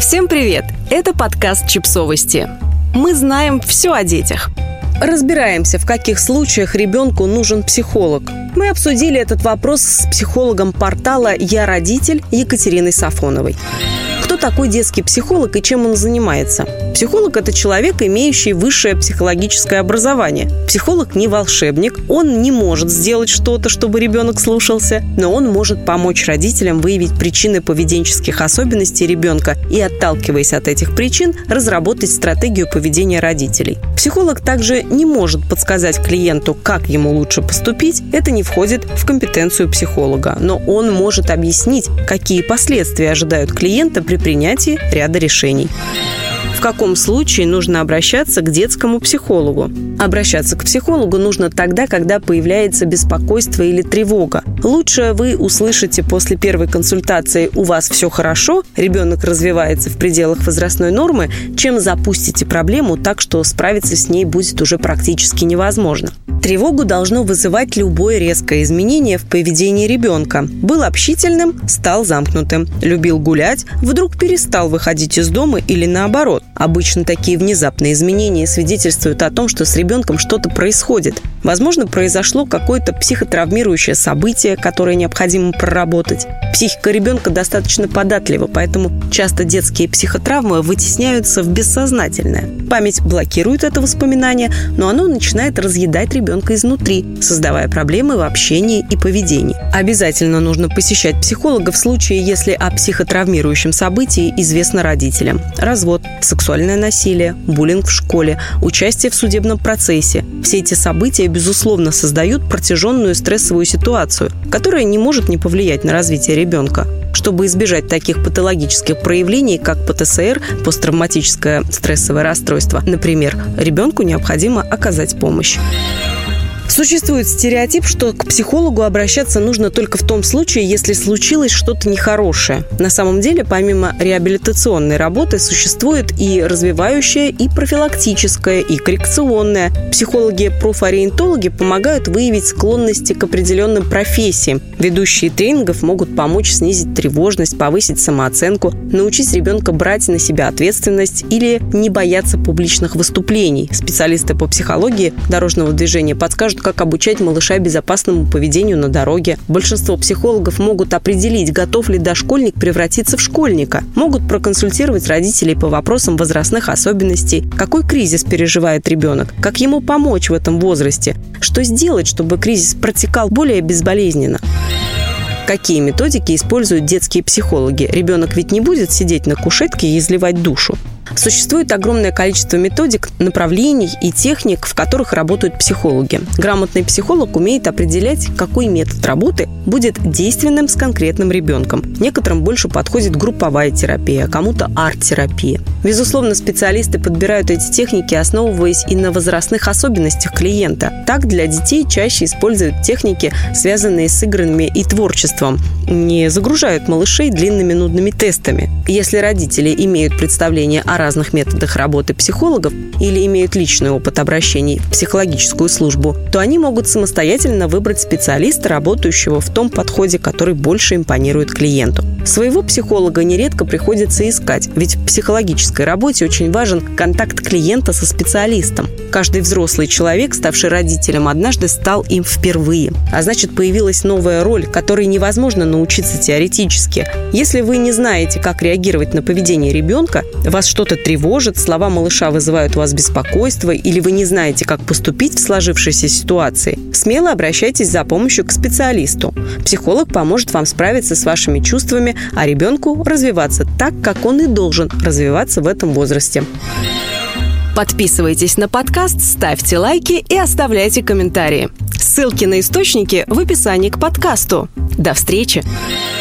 Всем привет! Это подкаст «Чипсовости». Мы знаем все о детях. Разбираемся, в каких случаях ребенку нужен психолог. Мы обсудили этот вопрос с психологом портала «Я родитель» Екатериной Сафоновой. Кто такой детский психолог и чем он занимается? Психолог – это человек, имеющий высшее психологическое образование. Психолог не волшебник, он не может сделать что-то, чтобы ребенок слушался, но он может помочь родителям выявить причины поведенческих особенностей ребенка и, отталкиваясь от этих причин, разработать стратегию поведения родителей. Психолог также не может подсказать клиенту, как ему лучше поступить, это не входит в компетенцию психолога, но он может объяснить, какие последствия ожидают клиента при принятии ряда решений. В каком случае нужно обращаться к детскому психологу? Обращаться к психологу нужно тогда, когда появляется беспокойство или тревога. Лучше вы услышите после первой консультации «у вас все хорошо», ребенок развивается в пределах возрастной нормы, чем запустите проблему так, что справиться с ней будет уже практически невозможно. Тревогу должно вызывать любое резкое изменение в поведении ребенка. Был общительным – стал замкнутым. Любил гулять – вдруг перестал выходить из дома или наоборот. Обычно такие внезапные изменения свидетельствуют о том, что с ребенком что-то происходит. Возможно, произошло какое-то психотравмирующее событие, которое необходимо проработать. Психика ребенка достаточно податлива, поэтому часто детские психотравмы вытесняются в бессознательное. Память блокирует это воспоминание, но оно начинает разъедать ребенка изнутри, создавая проблемы в общении и поведении. Обязательно нужно посещать психолога в случае, если о психотравмирующем событии известно родителям. Развод, сексуальное насилие, буллинг в школе, участие в судебном процессе. Все эти события, безусловно, создают протяженную стрессовую ситуацию, которая не может не повлиять на развитие ребенка. Чтобы избежать таких патологических проявлений, как ПТСР, посттравматическое стрессовое расстройство, например, ребенку необходимо оказать помощь. Существует стереотип, что к психологу обращаться нужно только в том случае, если случилось что-то нехорошее. На самом деле, помимо реабилитационной работы, существует и развивающая, и профилактическая, и коррекционная. Психологи-профориентологи помогают выявить склонности к определенным профессиям. Ведущие тренингов могут помочь снизить тревожность, повысить самооценку, научить ребенка брать на себя ответственность или не бояться публичных выступлений. Специалисты по психологии дорожного движения подскажут, как обучать малыша безопасному поведению на дороге. Большинство психологов могут определить, готов ли дошкольник превратиться в школьника. Могут проконсультировать родителей по вопросам возрастных особенностей, какой кризис переживает ребенок, как ему помочь в этом возрасте, что сделать, чтобы кризис протекал более безболезненно. Какие методики используют детские психологи? Ребенок ведь не будет сидеть на кушетке и изливать душу. Существует огромное количество методик, направлений и техник, в которых работают психологи. Грамотный психолог умеет определять, какой метод работы будет действенным с конкретным ребенком. Некоторым больше подходит групповая терапия, а кому-то арт-терапия. Безусловно, специалисты подбирают эти техники, основываясь и на возрастных особенностях клиента. Так, для детей чаще используют техники, связанные с играми и творчеством. Не загружают малышей длинными нудными тестами. Если родители имеют представление о разных методах работы психологов или имеют личный опыт обращений в психологическую службу, то они могут самостоятельно выбрать специалиста, работающего в том подходе, который больше импонирует клиенту. Своего психолога нередко приходится искать, ведь в психологической работе очень важен контакт клиента со специалистом. Каждый взрослый человек, ставший родителем однажды, стал им впервые. А значит, появилась новая роль, которой невозможно научиться теоретически. Если вы не знаете, как реагировать на поведение ребенка, вас что-то тревожит, слова малыша вызывают у вас беспокойство, или вы не знаете, как поступить в сложившейся ситуации, смело обращайтесь за помощью к специалисту. Психолог поможет вам справиться с вашими чувствами, а ребенку развиваться так, как он и должен развиваться в этом возрасте. Подписывайтесь на подкаст, ставьте лайки и оставляйте комментарии. Ссылки на источники в описании к подкасту. До встречи!